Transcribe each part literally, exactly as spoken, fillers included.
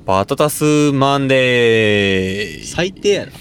バタタスマンデー。 最低やろ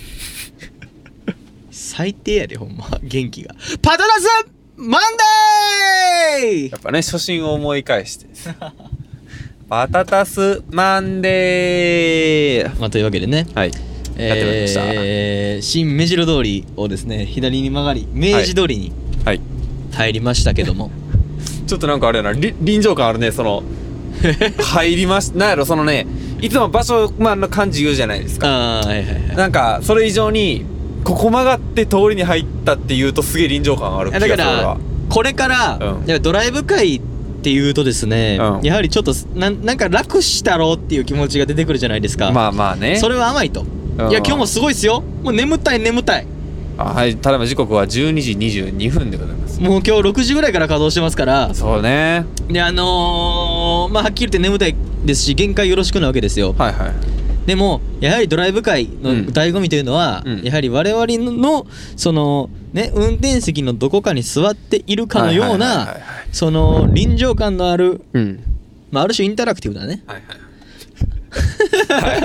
最低やでほんま元気が。バタタスマンデー。 やっぱね初心を思い返してバタタスマンデー。 まあというわけでね、 はい、 えー、 やってまいりました。 新目白通りをですね左に曲がり明治通りにはい入りましたけども、 ちょっとなんかあれやな、り臨場感あるね。その入りましなんやろ、そのねいつも場所まあの感じ言うじゃないですか。 ああはいはいはい。 なんかそれ以上にここ曲がって通りに入ったっていうとすげえ臨場感ある気がする。 だからこれから、 うん、 いやドライブ会っていうとですね、うん、やはりちょっとな, なんか楽したろうっていう気持ちが出てくるじゃないですか。 まあまあね、 それは甘いと、うん、いや今日もすごいっすよ。もう眠たい眠たい。 あ、はい、ただいま時刻はじゅうにじにじゅうにふんでございます。 もう今日ろくじぐらいから稼働してますから。 そうね。 であのー、まあはっきり言って眠たいですし限界よろしくなわけですよ。はいはい。でもやはりドライブ界の醍醐味というのは、うん、やはり我々のそのね運転席のどこかに座っているかのようなその臨場感のある、うん、まあある種インタラクティブだね。はいはい。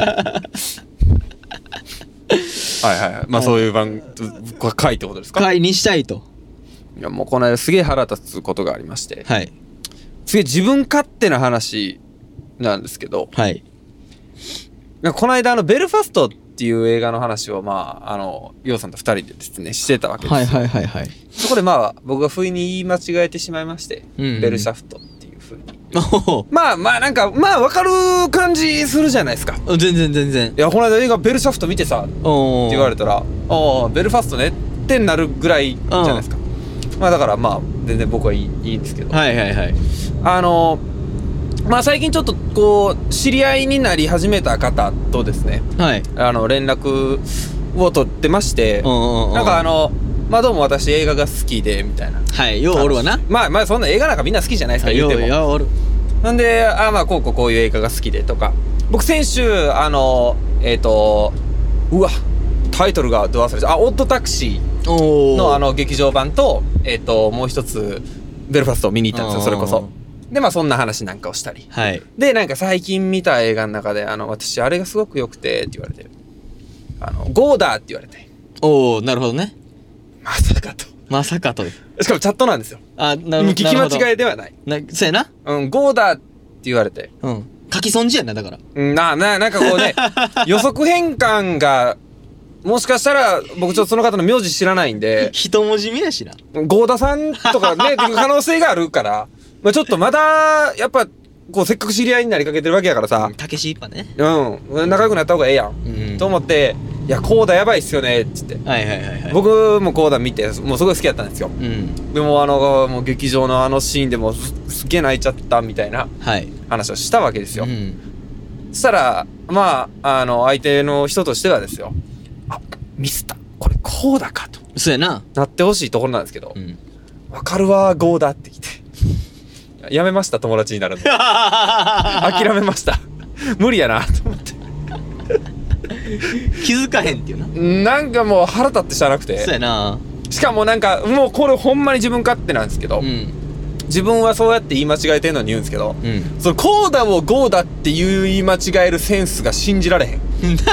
はいはいはい。まあそういう番回ってことですか。 回にしたいと。 いやもうこの間すげえ腹立つことがありまして、はい、すげえ自分勝手な話なんですけど、はい。この間あのベルファストっていう映画の話をまああのヨウさんとふたりでですねしてたわけですよ。はいはいはいはい。そこでまあ僕が不意に言い間違えてしまいまして、うんうん、ベルシャフトっていう風にまあまあなんかまあ分かる感じするじゃないですか。 全然全然。 いやこの間映画ベルシャフト見てさって言われたら、ああベルファストねってなるぐらいじゃないですか。まあだからまあ全然僕はいい、いいんですけど、はいはいはい。あのまあ最近ちょっとこう知り合いになり始めた方とですね、はい、あの連絡を取ってまして、なんかあのまあどうも私映画が好きでみたいな。はいようおるわな。まあまあそんな映画なんかみんな好きじゃないですか、言うても。ようおる。なんであまあこうこうこういう映画が好きでとか、僕先週あのえっとうわタイトルがどう忘れちゃう、あオッドタクシーのあの劇場版とえっともう一つベルファストを見に行ったんですよ、それこそ。でまあそんな話なんかをしたり、はい、でなんか最近見た映画の中であの私あれがすごく良くてって言われて、あのゴーダーって言われて、おおなるほどね。まさかとまさかとしかもチャットなんですよ。あなるほど。聞き間違いではないな。そうやな。うんゴーダーって言われて、うん書き損じやなだから。うんなななんかこうね予測変換がもしかしたら僕ちょっとその方の名字知らないんで一文字目やしなゴーダさんとかねっていう可能性があるから。まあ、ちょっとまだやっぱこうせっかく知り合いになりかけてるわけやからさ、たけし一派ね、うん仲良くなった方がええやん、うん、と思って「いやコーダやばいっすよね」っつって、はいはいはい、はい、僕もコーダ見てもうすごい好きだったんですよ、うん、でもあのもう劇場のあのシーンでも す, すげえ泣いちゃったみたいな話をしたわけですよ、はいうん、そしたらまああの相手の人としてはですよ、あミスったこれコーダかとそうやななってほしいところなんですけど、うん、分かるわゴーダってきてやめました友達になるの諦めました無理やなと思って気づかへんっていうな。なんかもう腹立ってしゃあなくて、そうやな。しかもなんかもうこれほんまに自分勝手なんですけど、うん、自分はそうやって言い間違えてんのに言うんですけど、うん、そのコーダをゴーダっていう言い間違えるセンスが信じられへん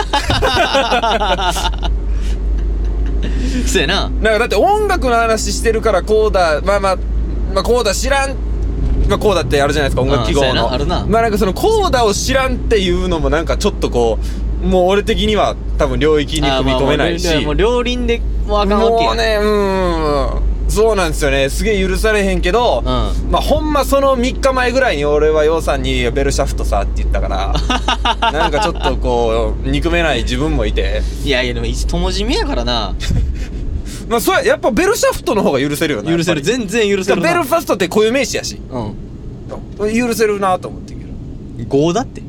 そうやな。なんかだって音楽の話してるからコーダまあまあまあコーダ知らんまあコーダってあるじゃないですか音楽記号の。あるな。まあなんかそのコーダを知らんっていうのもなんかちょっとこうもう俺的には多分領域に踏み込めないし、もう両輪でもうあかんわけや。もうねうんそうなんですよね。すげえ許されへんけど、うん、まあほんまそのみっかまえぐらいに俺はヨウさんにベルシャフトさって言ったからなんかちょっとこう憎めない自分もいて、いやいやでも一文字目やからなまあそれやっぱベルシャフトの方が許せるよな。許せる全然許せるな。ベルファストって固有名詞やし、うん許せるなと思ってんけどゴーだって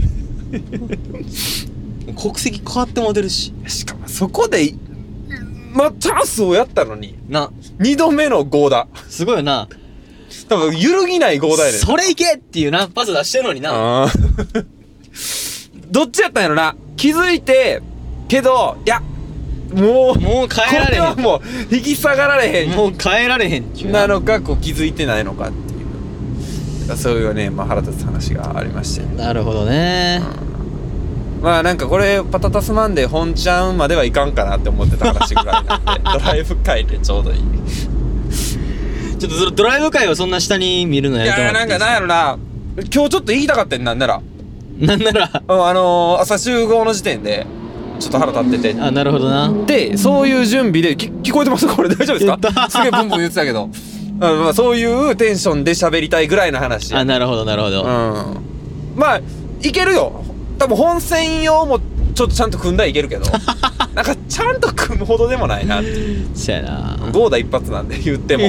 国籍変わっても出るし、しかもそこでまあチャンスをやったのになにどめのゴーだすごいよな。多分揺るぎないゴーだやねん。それいけっていうなパス出してるのになどっちやったんやろな。気づいてけどいやもうもう変えられへん。これはもう引き下がられへん。もう変えられへんっちゅうなのかこう気づいてないのかっていう。 そういうね、まあ、腹立つ話がありまして。 なるほどね、 うん、まあなんかこれパタタスマンデー本ちゃんまではいかんかなって思ってた話ぐらいなんでドライブ会でちょうどいいちょっとドライブ会をそんな下に見るのやると。 いやなんかなんやろな、今日ちょっと言いたかったんなんならなんならあのー、朝集合の時点でちょっと腹立ってて。 あ、なるほどな。 でそういう準備で、き聞こえてますこれ大丈夫ですかすげえブンブン言ってたけどあの、まあ、そういうテンションで喋りたいぐらいの話。 あ、なるほどなるほど、うん、 まあいけるよ、多分本戦用もちょっとちゃんと組んだらいけるけどなんかちゃんと組むほどでもないなっていう。 そやな、 ゴーダ一発なんで言っても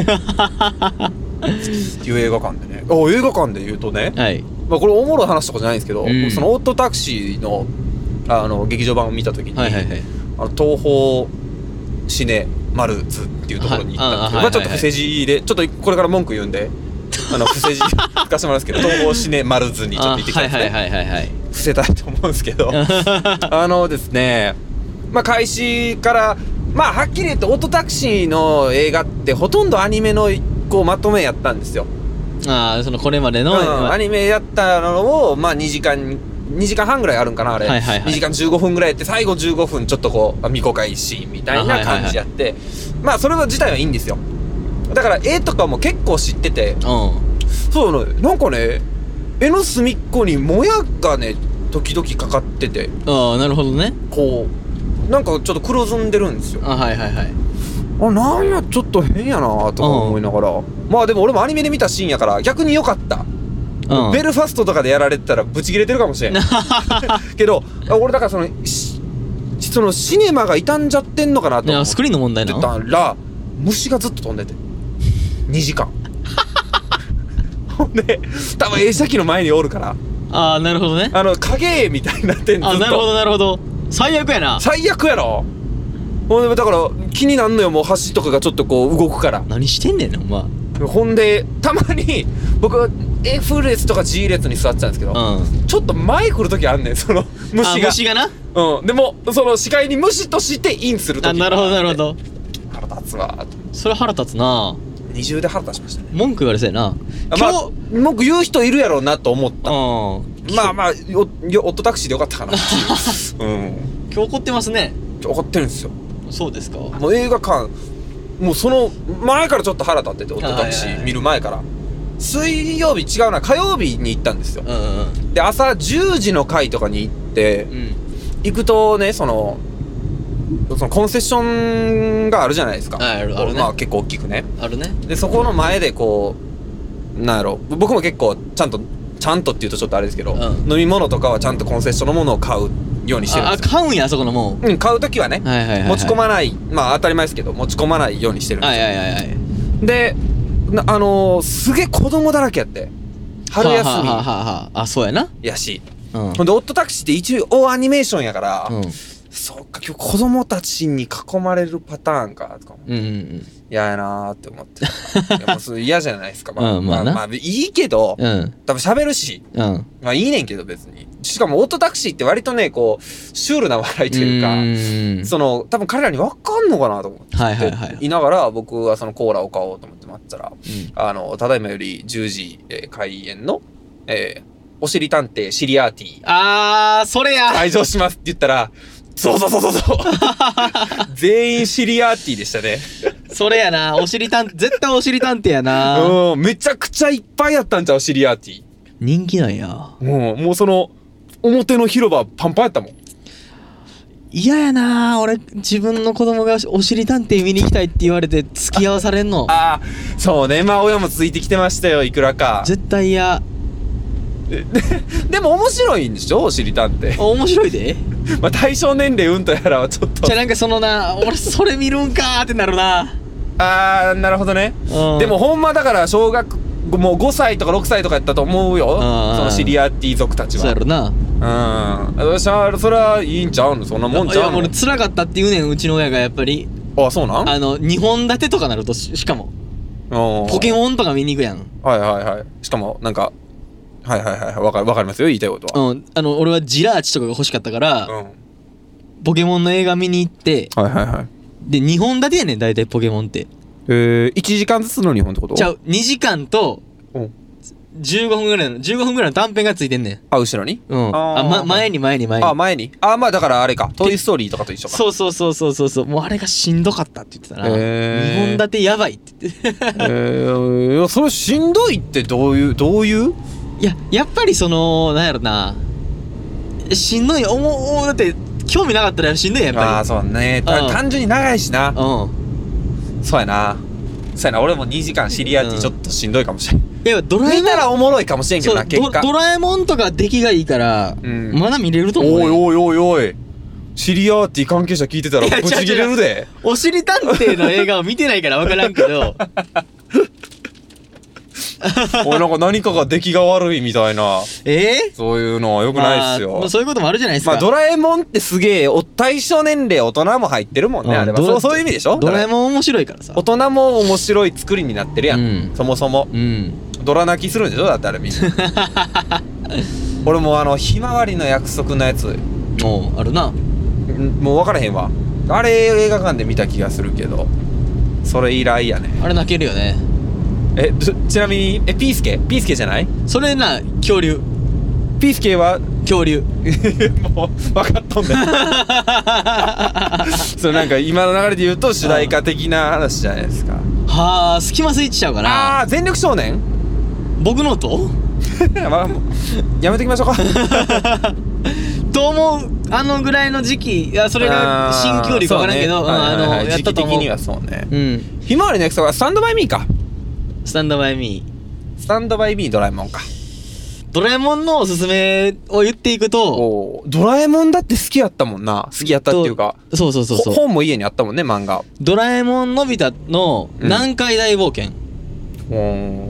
っていう映画館でね、あ映画館で言うとね、はい、まあ、これおもろい話とかじゃないんですけど、うん、そのオットタクシーのあの劇場版を見た時に、はいはいはい、あの東宝シネマルズっていうところに行ったんですけど、まあちょっと伏せ字でちょっとこれから文句言うんであの伏せ字書かせてもらうんですけど東宝シネマルズにちょっと行ってきたんですね、はいはいはいはい、伏せたいと思うんですけどあのですね、まあ開始からまあはっきり言ってオットタクシーの映画ってほとんどアニメのこうまとめやったんですよ。 ああ、そのこれまでの、うん、 アニメやったのをまあにじかんにじかんはんぐらいあるんかなあれ、はいはいはい、にじかんじゅうごふんぐらいやって最後じゅうごふんちょっとこう未公開シーンみたいな感じやって、はいはいはい、まあそれは自体はいいんですよ。だから絵とかも結構知ってて、うん、そうね、なんかね絵の隅っこにもやがね時々かかってて、 ああなるほどね、 こうなんかちょっと黒ずんでるんですよ。 あ、はいはいはい、 あ、なんやちょっと変やなとか思いながら、まあでも俺もアニメで見たシーンやから逆に良かった。うん、ベルファストとかでやられてたらブチ切れてるかもしれんけど俺だからそのそのシネマが傷んじゃってんのかなと思ってスクリーンの問題なたら虫がずっと飛んでてにじかんほんで多分映写機の前におるから、 ああなるほどね、 あの影絵みたいになってんの。 あ、なるほどなるほど、最悪やな。 最悪やろ。ほんでだから気になんのよ、もう橋とかがちょっとこう動くから。 何してんねんお前。 ほんでたまに僕は F 列とか G 列に座ってたんですけど、うん、ちょっと前来る時あんねん、その虫が。 あ、虫がな。 うん。でもその視界に虫としてインする時があって。 あ、なるほどなるほど。 腹立つわ。 それ腹立つな。 二重で腹立ちましたね。 文句言われそうやな。 今日、まあ、文句言う人いるやろうなと思った。うん。まあまあオットタクシーでよかったかなっていう。うん。 今日怒ってますね。 怒ってるんですよ。 そうですか。 もう映画館もうその前からちょっと腹立ってて、オットタクシー見る前から、水曜日違うな火曜日に行ったんですよ、うんうん、で朝じゅうじの回とかに行って、うん、行くとね、そのそのコンセッションがあるじゃないですか。あるあるね。まあ結構大きくねあるね。 でそこの前でこうなんやろ、僕も結構ちゃんとちゃんとって言うとちょっとあれですけど、うん、飲み物とかはちゃんとコンセッションのものを買うようにしてるんですよ。 あ、買うんや、あそこのもう。うん、買うときはね、はいはいはいはい、持ち込まない、まあ当たり前ですけど持ち込まないようにしてるんですよ。はいはいはいはい。であのー、すげえ子供だらけやって、春休み、はあはあはあ、あ、そうやなやし、うん、ほんでオットタクシーって一応アニメーションやから、うん、そっか今日子供たちに囲まれるパターンかとか思って、うんうんうん、嫌やなーって思っていやもうそれ嫌じゃないですか。まあ、うん、まあ、まあ、まあいいけど、うん、多分喋るし、うん、まあいいねんけど別に。しかもオットタクシーって割とねこうシュールな笑いというか、うーん、その多分彼らに分かんのかなと思って、はいはいはい、いながら僕はそのコーラを買おうと思って待ってたら、うん、あのただいまよりじゅうじ、えー、開演の、えー、おしり探偵シリアーティー、 あーそれや退場しますって言ったらそうそうそうそうそう全員シリアーティーでしたねそれやな、おしり探偵絶対おしり探偵やな。 うん、めちゃくちゃいっぱいやったんちゃうシリアーティー。 人気なんや。 もうもうその表の広場パンパンやったもん。 嫌やな、俺自分の子供がおしり探偵見に行きたいって言われて付き合わされんの。 ああ、そうね、まあ親もついてきてましたよ、いくらか。 絶対嫌。 で, でも面白いんでしょ、おしり探偵。 面白いでまあ対象年齢うんとやらはちょっとじゃあなんかそのな、俺それ見るんかーってなるな。 あーなるほどね、うん、でもほんまだから小学もうごさいとかろくさいとかやったと思うよ、そのシリアーティー族たちは。 そうやろな。 うん、私はそれはいいんちゃうの、そんなもんちゃうの。 いや俺辛かったって言うねん、うちの親がやっぱり。 あ、そうなん。 あのにほん立てとかなると し, しかもポケモンとか見に行くやん。 はいはいはい。しかもなんかはいはいはい、わかるわかりますよ、言いたいことは。 うん、あの俺はジラーチとかが欲しかったから、うん、ポケモンの映画見に行って、はいはいはい。でにほん立てやねん大体ポケモンって。 えー、いちじかんずつのにほんってこと？ ちゃう、にじかんとじゅうごふんぐらいのじゅうごふんぐらいの短編がついてんねん。 あ、後ろに。 うんあ、ま、前に前に前に。 あ、前に。あ、まあだからあれか、トイストーリーとかと一緒か。 そうそうそうそうそうそう。もうあれがしんどかったって言ってたな。にほん立てやばいって言って。 えー、いやそれしんどいってどういうどういう？ いややっぱりそのなんやろな、しんどい。おもおだって興味なかったらしんどいやんやっぱり。 ああそうね、単純に長いしな。うんそうやな。そうやな、俺もにじかんシリアティちょっとしんどいかもしれん。いやドラえもん見たらおもろいかもしれんけどな。結果ド, ドラえもんとか出来がいいから、うん、まだ見れると思う、ね、 おいおいおいおい、シリアーティ関係者聞いてたらブチギレるで。 おしり探偵の映画を見てないから分からんけどおいなんか何かが出来が悪いみたいな。 えー、 そういうのはよくないっすよ、 まあ、そういうこともあるじゃないですか。 まあドラえもんってすげえ対象年齢大人も入ってるもんね、うん、あれはそうそういう意味でしょ。 ドラえもん面白いからさ、 大人も面白い作りになってるやん、うん、そもそも、うん、ドラ泣きするんでしょだってあれみんな俺もあのひまわりの約束のやつもうあるな、 もう分からへんわ。あれ映画館で見た気がするけどそれ以来やね。 あれ泣けるよね。 えちなみにえピースケピースケじゃない？ それな恐竜。 ピースケは恐竜もう分かっとんねんそれなんか今の流れで言うと主題歌的な話じゃないですか。 はあスキマスイッチちゃうかな。 ああ全力少年僕のとまあやめときましょうかと思う。あのぐらいの時期、いやそれが新恐竜か分からんけど、ね、あの、はいはいはい、やったと思う。時期的にはそうね。うん。ひまわりの約束はスタンドバイミーか。 スタンドバイミー。スタンドバイミードラえもんか。 ドラえもんのおすすめを言っていくと、 ドラえもんだって好きやったもんな。好きやったっていうか、 そうそうそうそう。 本も家にあったもんね漫画。 ドラえもんのび太の南海大冒険。 うん、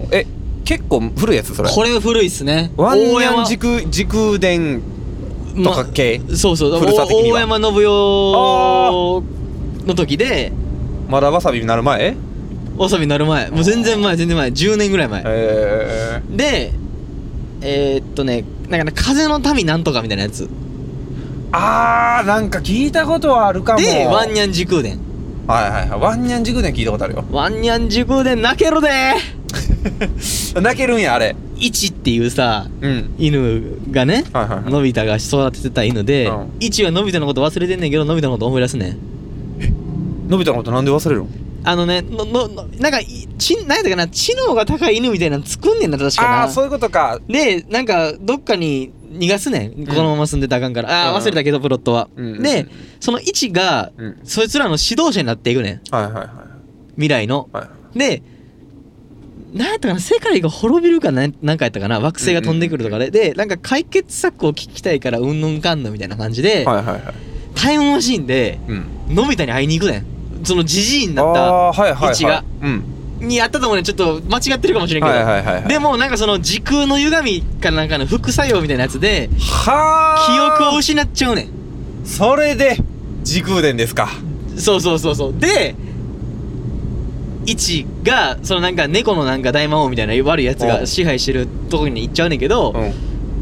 え結構古いやつそれ。 これ古いっすね。 ワンニャン時空時空伝とか系、 ま、そうそう古さ的には大山信代の時で、 まだわさびになる前？ わさびになる前、もう全然前全然前、じゅうねんぐらい前。へー。でえー、っとねなんかね風の民なんとかみたいなやつ。 あーなんか聞いたことはあるかも。 でワンニャン時空伝。 はいはいはい、ワンニャン時空伝聞いたことあるよ。 ワンニャン時空伝泣けるでー泣けるんやあれ。 イチっていうさ、うん、犬がね、はいはいはい、のび太が育ててた犬で、うん、イチはのび太のこと忘れてんねんけどのび太のこと思い出すねん。 えのび太のことなんで忘れるの？ あのねのののなんかちなんやったかな、知能が高い犬みたいなの作んねんな確かな。 ああそういうことか。 でなんかどっかに逃がすねん、うん、このまま住んでたらあかんから。ああ忘れたけどプロットは、うん、でそのイチが、うん、そいつらの指導者になっていくねん、はいはいはい、未来の、はい、でなんやったかな、世界が滅びるかなんかやったかな、惑星が飛んでくるとかで、うんうんうん、でなんか解決策を聞きたいからうんぬんかんのみたいな感じで、はいはいはい、タイムマシーンで、うん、のび太に会いに行くねん。そのジジイになった位置が、はいはいはい、うん、にあったと思うね。ちょっと間違ってるかもしれんけど、はいはいはいはい、でもなんかその時空の歪みかなんかの副作用みたいなやつで記憶を失っちゃうねん。 それで時空伝ですか。 そうそうそうそう。でイチがそのなんか猫のなんか大魔王みたいな悪いやつが支配してるところに行っちゃうねんけど、うん、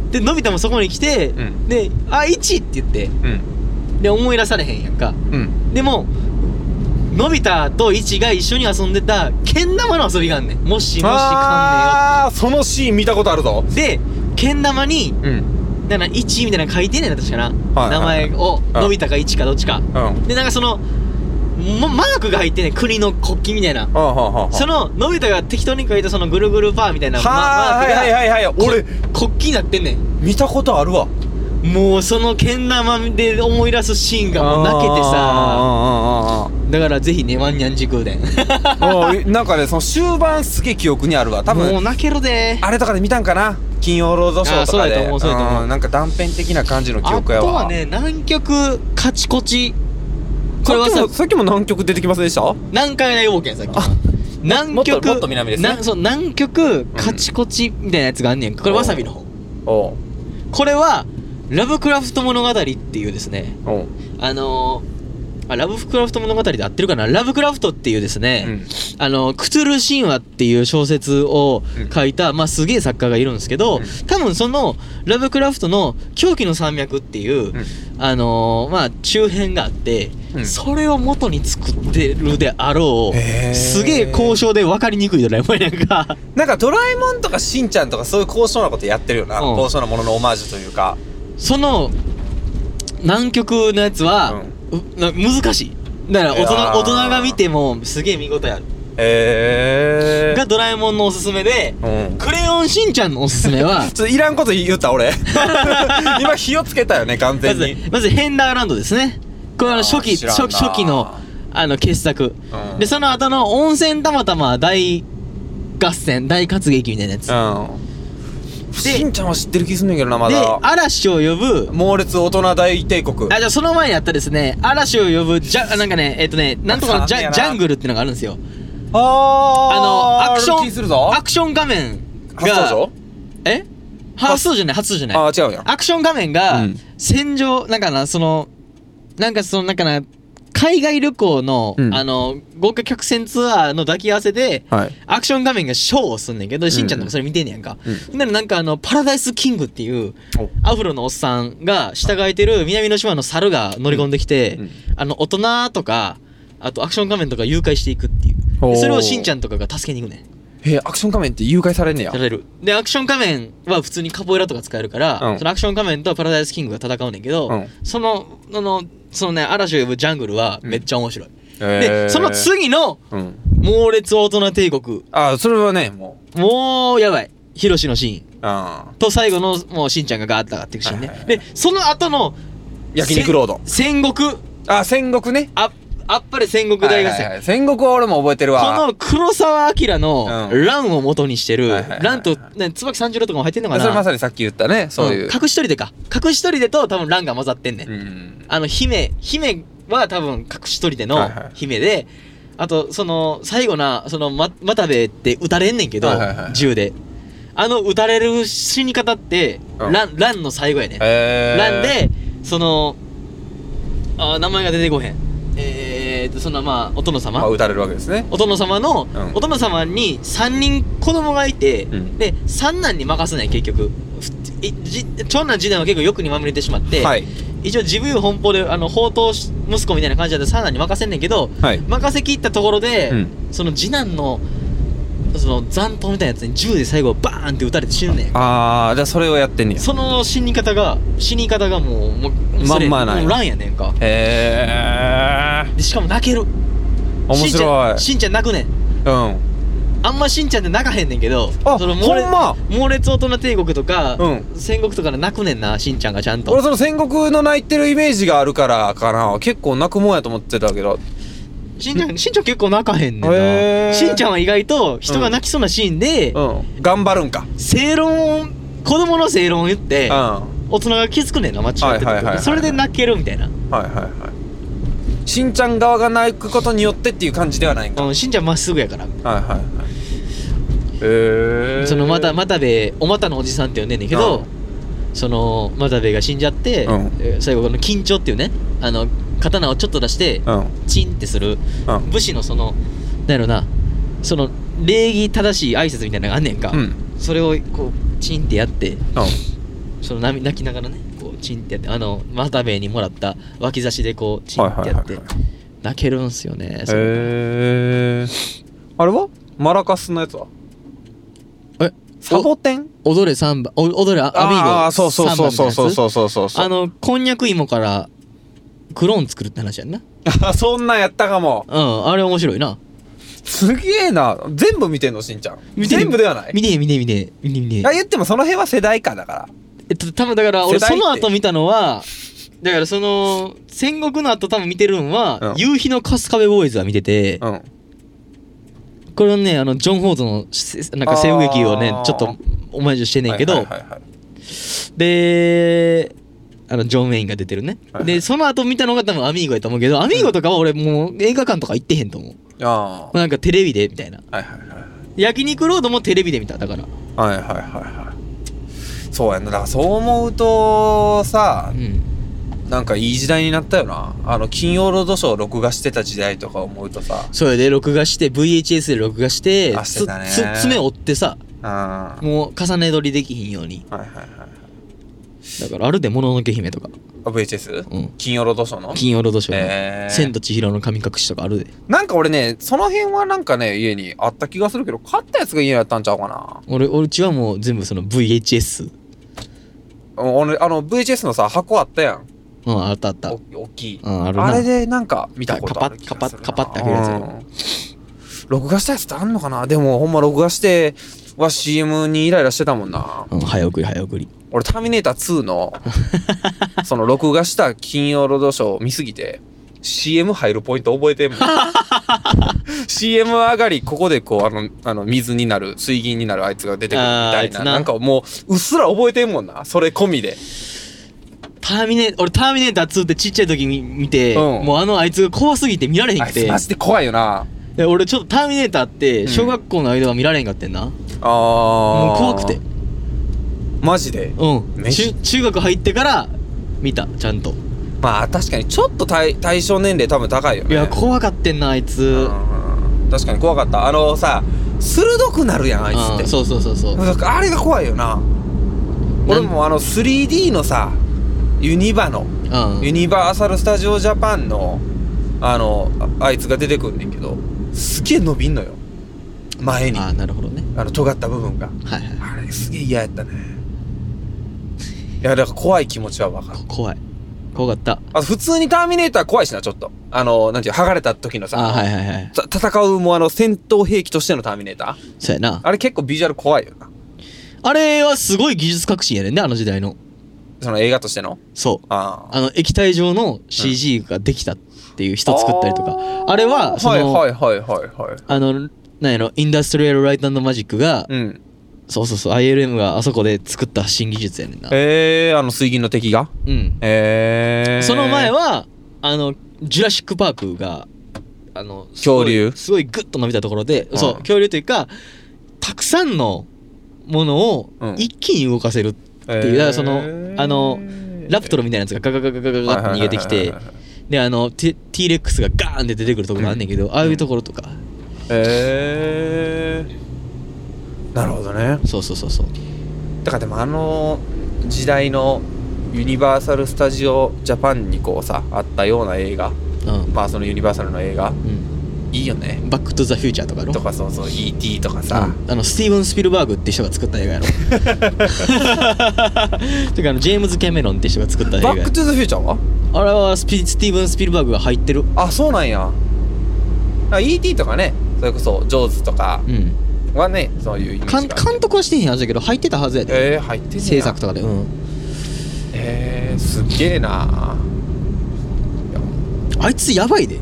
でのび太もそこに来て、うん、であイチって言って、うん、で思い出されへんやんか、うん、でものび太とイチが一緒に遊んでたけん玉の遊びがあんねん。もしもしかんねよ。 ああそのシーン見たことあるぞ。 でけん玉に、うん、だからイチみたいなの書いてんねんな確かな、はい、名前を、はい、のび太かイチかどっちか、うん、でなんかそのマークが入ってんねん、国の国旗みたいな、うん、そののび太が適当に書いたそのぐるぐるパーみたいなマークがはいはいはいはい俺国旗になってんねん。 見たことあるわ。 もうそのけん玉で思い出すシーンがもう泣けてさ、だからぜひねワンニャン時空伝なんかねその終盤すげえ記憶にあるわ多分。 もう泣けるであれとかで見たんかな、金曜ロードショーとかで。あそうだと思うそうだと思う。なんか断片的な感じの記憶やわ。 あとはね南極カチコチ、 これはささっきも南極出てきませんでした？ 南海大冒険さっき南極もっと南ですね。 そう南極カチコチみたいなやつがあんねん。これわさびの方。おこれはラブクラフト物語っていうですね、あのあラブクラフト物語で合ってるかな。ラブクラフトっていうですね、うん、あのクトゥル神話っていう小説を書いた、うん、まあすげえ作家がいるんですけど、うん、多分そのラブクラフトの狂気の山脈っていう、うん、あのー、まあ中編があって、うん、それを元に作ってるであろうすげえ交渉で分かりにくいドラえもんなんかなんかドラえもんとかしんちゃんとかそういう高尚なことやってるよな、うん、高尚なもののオマージュというか。その南極のやつは、うん、な難しい。だから大人大人が見てもすげえ見応えある。 へーがドラえもんのおすすめで、うん、クレヨンしんちゃんのおすすめはちょっといらんこと言った俺今火をつけたよね完全に。 まず、まずヘンダーランドですね。これは初期初期初期のあの傑作、うん、でその後の温泉たまたま大合戦大活劇みたいなやつ、うんしんちゃんは知ってる気すんねんけどなまだ。 で嵐を呼ぶ猛烈大人大帝国。 あじゃあその前にあったですね嵐を呼ぶじゃなんかねえっとねなんとかのジャジャングルっていうのがあるんですよ。 あーあのアクションアクション画面が初登場え初登場じゃない初登場じゃない。 あー違うやん。 アクション画面が、うん、戦場なんかなそのなんかそのなんかな海外旅行の、うん、あの豪華客船ツアーの抱き合わせで、はい、アクション画面がショーをすんねんけど、しんちゃんとかそれ見てんねやんか。うん、ならなんかあのパラダイスキングっていうアフロのおっさんが従えてる南の島の猿が乗り込んできて、うん、あの大人とかあとアクション画面とか誘拐していくっていう。それをしんちゃんとかが助けに行くねん。 へえ、アクション仮面って誘拐されんねや。 される。でアクション仮面は普通にカポエラとか使えるから、うん、そのアクション仮面とパラダイスキングが戦うねんけど、うん、そのあのそのね嵐を呼ぶジャングルはめっちゃ面白い。うん、でその次の、うん、猛烈大人帝国。 ああそれはねもうもうやばい。ヒロシのシーンと最後のもうしんちゃんがガーッと上がっていくシーンね。はいはいはい、でその後の焼肉ロード。 戦国。 あ戦国ね。 ああっぱれ戦国大合戦、はいはいはい、 戦国は俺も覚えてるわ。 この黒澤明の乱を元にしてる、うん、乱と、ね、椿三十郎とかも入ってんのかな。 それまさにさっき言ったねそういう、 うん、隠し砦か隠し砦と多分乱が混ざってんねん、うん、あの姫姫は多分隠し砦の姫で、はいはい、あとその最後なその又兵衛って撃たれんねんけど、はいはいはい、銃であの撃たれる死に方って乱、うん、乱の最後やねん。乱でそのあ名前が出てこへんえーとそのまあお殿様、 まあ、撃たれるわけですね。 お殿様の、うん、お殿様にさんにん子供がいて、うん、で三男に任せない結局長男次男は結構欲にまみれてしまって、はい、一応自由奔放であの宝刀息子みたいな感じで三男に任せんねんけど、はい、任せきったところで、うん、その次男のその残党みたいなやつに銃で最後バーンって撃たれて死ぬねん。 ああじゃあそれをやってんねや。 その死に方が死に方がもうもうまんまない。 もう乱やねんか。 へえ。 でしかも泣ける。 面白い。 しんちゃん泣くねん。 うん。 あんましんちゃんって泣かへんねんけど、 あその猛烈、ほんま猛烈大人帝国とか、うん、戦国とかで泣くねんなしんちゃんがちゃんと。 俺その戦国の泣いてるイメージがあるからかな。結構泣くもんやと思ってたけど。 しんちゃん、しんちゃん結構泣かへんねんな。しんちゃんは意外と人が泣きそうなシーンで、 うんうん、頑張るんか。 正論子供の正論を言って、うん、大人が気づくねんな間違ってる。それで泣けるみたいな。 はいはいはい。しんちゃん側が泣くことによってっていう感じではないんか。 うん、しんちゃんまっすぐやから。 はいはいはい。へえ。 そのまた又兵衛お股のおじさんって呼んでんねんけど、うん、その又兵衛が死んじゃって、うん、最後この緊張っていうねあの刀をちょっと出して、うん、チンってする、うん、武士のそのなんやろなその礼儀正しい挨拶みたいなのがあんねんか、うん、それをこうチンってやって、うん、その泣きながらねこうチンってやってあの又兵衛にもらった脇差しでこうチンってやって、はいはいはいはい、泣けるんすよね。へえ。あれはマラカスのやつはえサボテン踊れサンバ踊れアミーゴああそうそうそうそうそうそうそうそうそうあのこんにゃく芋からクローン作るって話やんな。 あそんなんやったかも。 うんあれ面白いな。 すげえな。全部見てんのしんちゃん。全部ではない。 見て見て見て見て見て。 あ言ってもその辺は世代かだから。 えっと多分だから俺その後見たのはだからその戦国の後多分見てるんは、うん、夕日の春日部ボーイズは見てて、うん、これはねあのジョン・フォードのなんか西部劇をねちょっとオマージュしてんねんけど、はいはいはいはい、であのジョン・ウェインが出てるね、はいはい、でその後見たのが多分アミーゴやと思うけどアミーゴとかは俺もう映画館とか行ってへんと思う。あなんかテレビでみたいな、はいはいはい、焼肉ロードもテレビで見ただからはいはいはいはいそうやな。だからそう思うとさ、うん、 なんかいい時代になったよな。あの金曜ロードショーを録画してた時代とか思うとさ、 それで録画して ブイエイチエス で録画してあしてたねつつ爪折ってさ、 あもう重ね撮りできひんように。 はいはいはいはい。 だからあるでもののけ姫とか、 あ ブイエイチエス？ うん、 金曜ロードショーの金曜ロードショーの、 えー、 千と千尋の神隠しとかあるで。 なんか俺ねその辺はなんかね家にあった気がするけど、買ったやつが家にあったんちゃうかな。 俺俺うちはもう全部その ブイエイチエス。 俺あの ブイエイチエス のさ箱あったやん。 うん、あったあった。 お大きい、 うん、あるな。 あれでなんか見たことある気がするな。 カパッカパッカパッって開けるやつやろ、 うん、録画したやつってあんのかな。でもほんま録画しては シーエム にイライラしてたもんな。 うん、早送り早送り。 俺ターミネーターツーのその録画した金曜ロードショーを見すぎて シーエム 入るポイント覚えてんもんシーエム 上がりここでこうあのあの水になる水銀になるあいつが出てくるみたいな、なんかもううっすら覚えてんもんな、それ込みで。 ターミネ俺ターミネーターツーってちっちゃい時に見て、うん、もうあのあいつが怖すぎて見られへんくて。 あいつマジで怖いよな。 で俺ちょっとターミネーターって小学校の間は見られへんかってんな、うん、あもう怖くて。 マジで。 うん中中学入ってから見たちゃんと。 まあ確かにちょっと 対, 対象年齢多分高いよね。 いや怖かってんなあいつ。 うん確かに怖かった。あのさ鋭くなるやんあいつって。 そうそうそうそう。 あれが怖いよな。俺もあの スリーディー のさユニバの、うん、ユニバーサル・スタジオ・ジャパンのあの あ, あいつが出てくんねんけどすげえ伸びんのよ前に。 ああなるほどね。 あの尖った部分が、 はいはい、 あれすげえ嫌やったね。いやだから怖い気持ちは分かる。 怖い怖かった。 あ普通にターミネーター怖いしなちょっと。あのなんていう剥がれた時のさ、 あはいはいはい、 戦うもうあの戦闘兵器としてのターミネーター。 そうやな。 あれ結構ビジュアル怖いよな。 あれはすごい技術革新やねんねあの時代の。 その映画としての。 そうああの液体状の シージー ができたっていう人作ったりとか、うん、あれはそのはいはいはいはいはいあのなんやろインダストリアルライト&マジックが、うん、そうそうそう アイエルエム があそこで作った新技術やねんな。 へえー、あの水銀の敵が。 うんへえー、その前はあのジュラシックパークがあの恐竜すごいグッと伸びたところで、うん、そう恐竜というかたくさんのものを一気に動かせるっていう、うん、だからそのあのラプトルみたいなやつがガガガガガガガって逃げてきて、であの T, T レックスがガーンって出てくるところがあんねんけど、うん、ああいうところとか。 へえー、なるほどね。 そうそうそうそう。 だからでもあの時代のユニバーサル・スタジオ・ジャパンにこうさあったような映画、うん、まあそのユニバーサルの映画、うん、いいよね。 バック・トゥ・ザ・フューチャーとかのとかそうそう イーティー とかさ、 うん、あのスティーブン・スピルバーグって人が作った映画やろてかあのジェームズ・キャメロンって人が作った映画。 バック・トゥ・ザ・フューチャーはあれはスピスティーブン・スピルバーグが入ってる。 あそうなんや。イーティー とかねそれこそジョーズとかはね、うん、そういうイメージが監督はしてへんはずだけど入ってたはずやで。 えー、入ってんねや制作とかで。うんえー、すっげえな。 あいつやばいで。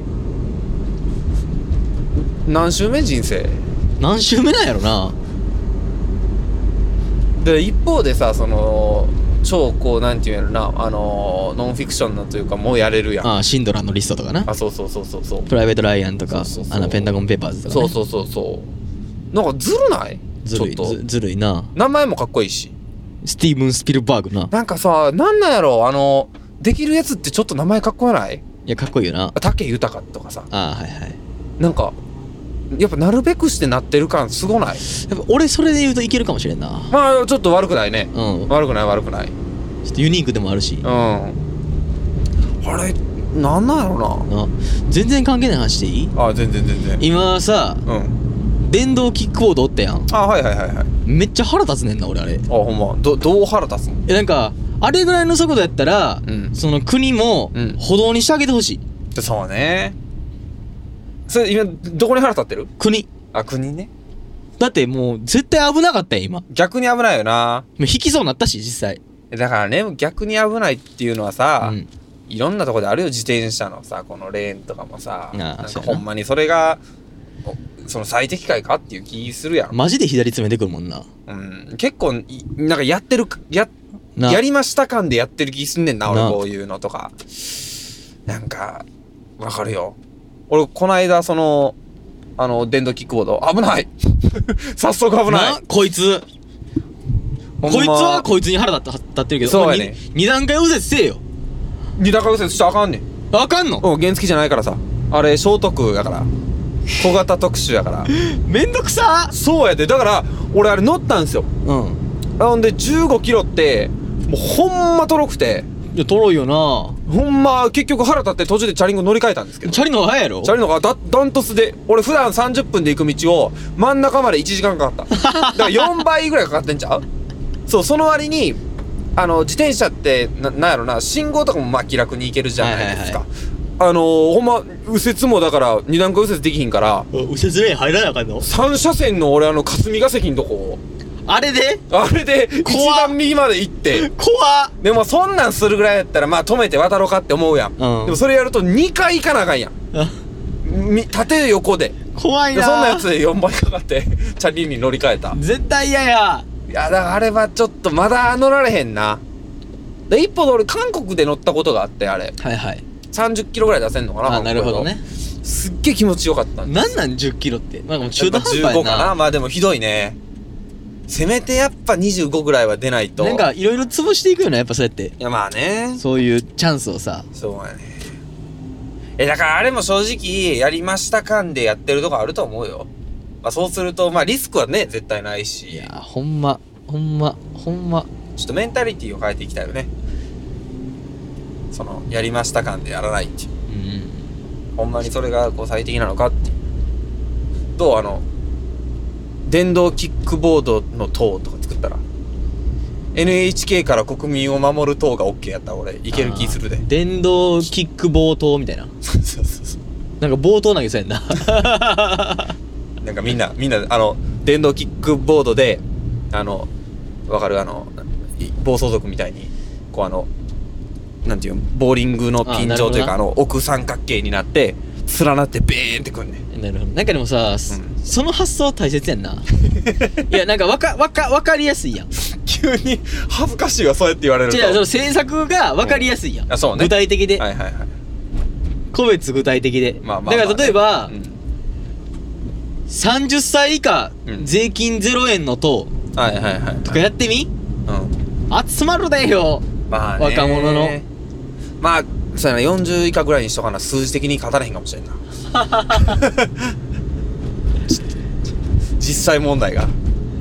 何周目人生何周目なんやろな。 で一方でさその超こうなんていうんやろなあのノンフィクションのというかもうやれるやん。 ああシンドラーのリストとかな。 あそうそうそうそうそうプライベート・ライアンとかそうそうそうあのペンタゴン・ペーパーズとか、ね、 そうそうそうそうなんかずるないずるいちょっとず, ずるいな。 名前もかっこいいしスティーブン・スピルバーグな。 なんかさなんなんやろあのできるやつってちょっと名前かっこよない？ いやかっこいいよな。 武豊とかさあはいはいなんかやっぱなるべくしてなってる感すごない？ やっぱ俺それで言うといけるかもしれんな。 まあちょっと悪くないね、うん、悪くない悪くない。 ちょっとユニークでもあるし。 うんあれなんなんやろな。 な全然関係ない話でいい？ あ全然全然。 今さ、うん、電動キックボードおったやん。 あはいはいはいはい。 めっちゃ腹立つねんな俺あれ。あほんまどどう腹立つの？ えなんかあれぐらいの速度やったら、うん、その国も歩道にしてあげてほしい、 うん、そうね。それ今どこに腹立ってる？ 国。 あ国ね。 だってもう絶対危なかったよ今。 逆に危ないよな。 もう引きそうになったし実際。 だからね逆に危ないっていうのはさ、うん、いろんなとこであるよ。自転車のさこのレーンとかもさなんかほんまにそれがその最適解かっていう気するやん。 マジで左詰めてくるもんな。 うん結構なんかやってるややりました感でやってる気すんねんな俺こういうのとか。なんかわかるよ。俺この間そのあの電動キックボード危ない早速危ない。 こいつこいつはこいつに腹立ってるけどそうやね。 に段階右折せえよ。 二段階右折しちゃあかんねん。 あかんの？ うん、原付じゃないからさ。あれ、小特やから。小型特殊やから。 めんどくさ。 そうやで。だから、俺あれ乗ったんすよ。うん。ほんで、じゅうごキロって、もうほんまとろくて。 いや、とろいよな。 ほんま、結局腹立って途中でチャリンコ乗り換えたんですけど。 チャリの方が早いやろ？ チャリの方がダダントツで、俺普段さんじゅっぷんで行く道を真ん中までいちじかんかかった。だからよんばいぐらいかかってんちゃう？そう、その割に、あの、自転車って、な、なんやろな、信号とかもまあ気楽に行けるじゃないですか。はいはいはい、あのー、ほんま、右折もだから、二段階右折できひんから、 右折レーン入らなあかんの？ さん車線の俺あの、霞ヶ関のとこ、 あれであれで一番右まで行って怖っ。 でもそんなんするぐらいやったらまあ止めて渡ろうかって思うやん、うん、でもそれやるとにかい行かなあかんやん縦横で怖いな。 そんなやつでよんばいかかってチャリに乗り換えた。 絶対嫌や。 いやだからあれはちょっとまだ乗られへんな。で一方で俺韓国で乗ったことがあってあれはいはいさんじゅっキロぐらい出せんのかな。 あなるほどね。 すっげえ気持ちよかったんです。 なんなんじゅっキロってまあもう中途半端やな。 じゅうごかな。まあでもひどいね。せめてやっぱにじゅうごぐらいは出ないとなんかいろいろ潰していくよねやっぱそうやって。 いやまあねそういうチャンスをさ。 そうやね。えだからあれも正直やりました感でやってるとこあると思うよ。まあそうするとまあリスクはね絶対ないし。 いやほんまほんまほんまちょっとメンタリティを変えていきたいよね。そのやりました感でやらないっていう、うん、ほんまにそれがこう最適なのかっていう。どうあの電動キックボードの塔とか作ったら エヌエイチケー から国民を守る塔が OK やったら俺いける気するで。 電動キックボー塔みたいなそうそうそうなんか暴投投げそうやんななんかみんなみんなあの電動キックボードであのわかるあの暴走族みたいにこうあのなんていうのボーリングのピン上というかあの奥三角形になって連なってベーンってくんねん。 なるほど。なんかでもさ、うん、その発想大切やんな。いやなんかわかわかわかりやすいやん。 急に恥ずかしいわそうやって言われると。 違うその制作がわかりやすいやん。うん、あそうね。具体的で。はいはいはい。個別具体的で。まあまあまあね、だから例えば、うん、さんじゅっさい以下、うん、税金ゼロえんの塔はいはいはい、はい、とかやってみ？うん。集まるでよ。まあね。若者の。 まあ。そうやなよんじゅう以下ぐらいにしとかな数字的に語れへんかもしれんな実際問題が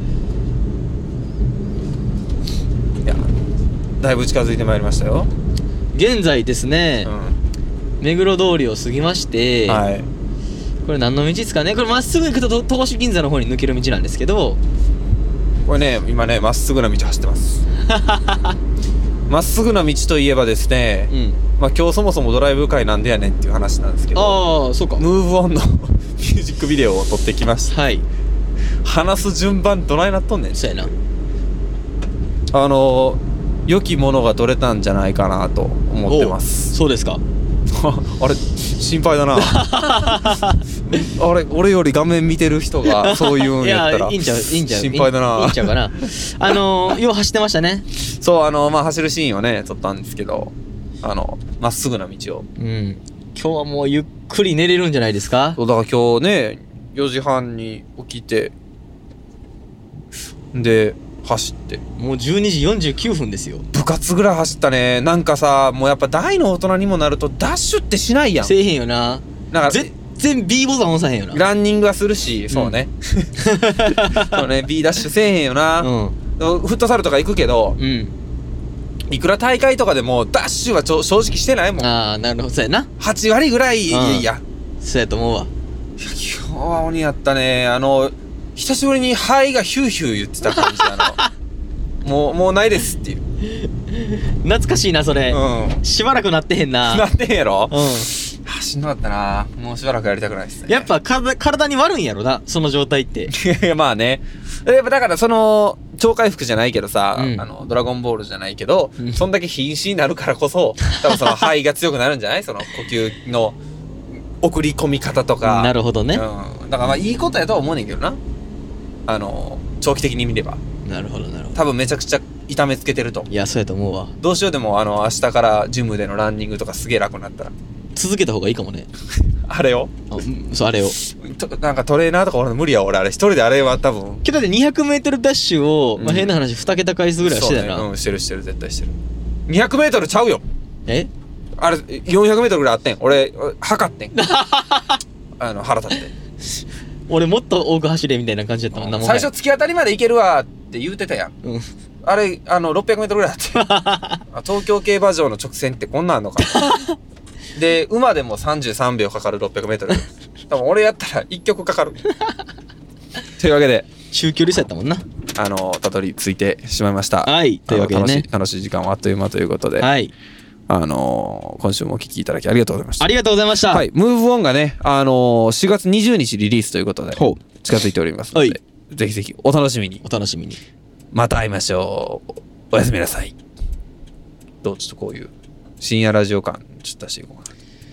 いやだいぶ近づいてまいりましたよ。 現在ですね、うん、目黒通りを過ぎまして、はい、これ何の道ですかね。これまっすぐ行くと戸越銀座の方に抜ける道なんですけどこれね今ねまっすぐな道走ってますまっすぐな道といえばですね、うん、まあ今日そもそもドライブ会なんでやねんっていう話なんですけど、 ああそうかムーブオンのミュージックビデオを撮ってきました。はい。話す順番どないなっとんねん。 そうやな。 あの良きものが取れたんじゃないかなと思ってます。 そうですか。 あれ心配だなあれ俺より画面見てる人がそういうんやったらいやいいんちゃういいんちゃう心配だないいんちゃうかなあのー、よう走ってましたね。 そうあのまあ走るシーンをね撮ったんですけどあのまっすぐな道を、 うん、今日はもうゆっくり寝れるんじゃないですか。 そうだから今日ねよじはんに起きてで走ってもうじゅうにじよんじゅうきゅうふんですよ。 部活ぐらい走ったね。なんかさもうやっぱ大の大人にもなるとダッシュってしないやん。 せえへんよな。なんか全然 B ボタン押さへんよな。 ランニングはするし、うん、そうねそうね B ダッシュせえへんよな、うん、フットサルとか行くけど、うん、いくら大会とかでもダッシュはちょ正直してないもん。 ああなるほどそうやな。 はちわりぐらいいやいやそうやと思うわ。いや今日は鬼やったね。あの久しぶりに肺がヒューヒュー言ってた感じ。あのもうもうないですっていう。 懐かしいなそれ、うん、しばらくなってへんな。 なってへんやろ。うんしんどかったな。もうしばらくやりたくないっすね。 やっぱ体体に悪いんやろなその状態って。 いやまあねやっぱだからその超回復じゃないけどさ、うん、あのドラゴンボールじゃないけど、うん、そんだけ瀕死になるからこそ多分その肺が強くなるんじゃないその呼吸の送り込み方とか。 なるほどね、 うん、だからまあいいことやとは思うねんけどなあの長期的に見れば。 なるほどなるほど。 多分めちゃくちゃ痛めつけてると。 いやそうやと思うわ。 どうしようでもあの明日からジムでのランニングとかすげえ楽になったら続けた方がいいかもねあれをあそうあれをなんかトレーナーとか俺の無理や俺あれ一人であれは多分けどで にひゃくメートル ダッシュを、うんまあ、変な話にけた回数ぐらいはしてたな。 そうね、うんしてるしてる絶対してる。にひゃくメートルちゃうよ。 えあれよんひゃくメートルぐらいあってん。俺測ってんあの腹立って俺もっと多く走れみたいな感じだったもんな。も最初突き当たりまで行けるわって言うてたやん、うん、あれあのろっぴゃくメートルぐらいあって東京競馬場の直線ってこんなんあんのかで馬でもさんじゅうさんびょうかかるろっぴゃくメートル多分俺やったらいっきょくかかるというわけで中距離差やったもんな。 あのたどり着いてしまいました。 はいというわけでね、 楽しい、楽しい時間はあっという間ということで、 はい、 あのー、今週もお聞きいただきありがとうございました。 ありがとうございました。 はい、ムーブオンがね、あのー、しがつにじゅうにちリリースということで近づいておりますので、はい、ぜひぜひお楽しみに。 お楽しみに。 また会いましょう。おやすみなさい。どうちょっとこういう深夜ラジオ感ちょっと出していこうか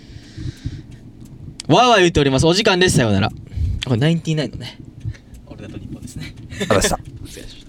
な。わーわー言っております。お時間です。さようなら。これナインティナインのね。俺だと日本ですね。 ありがとうございました。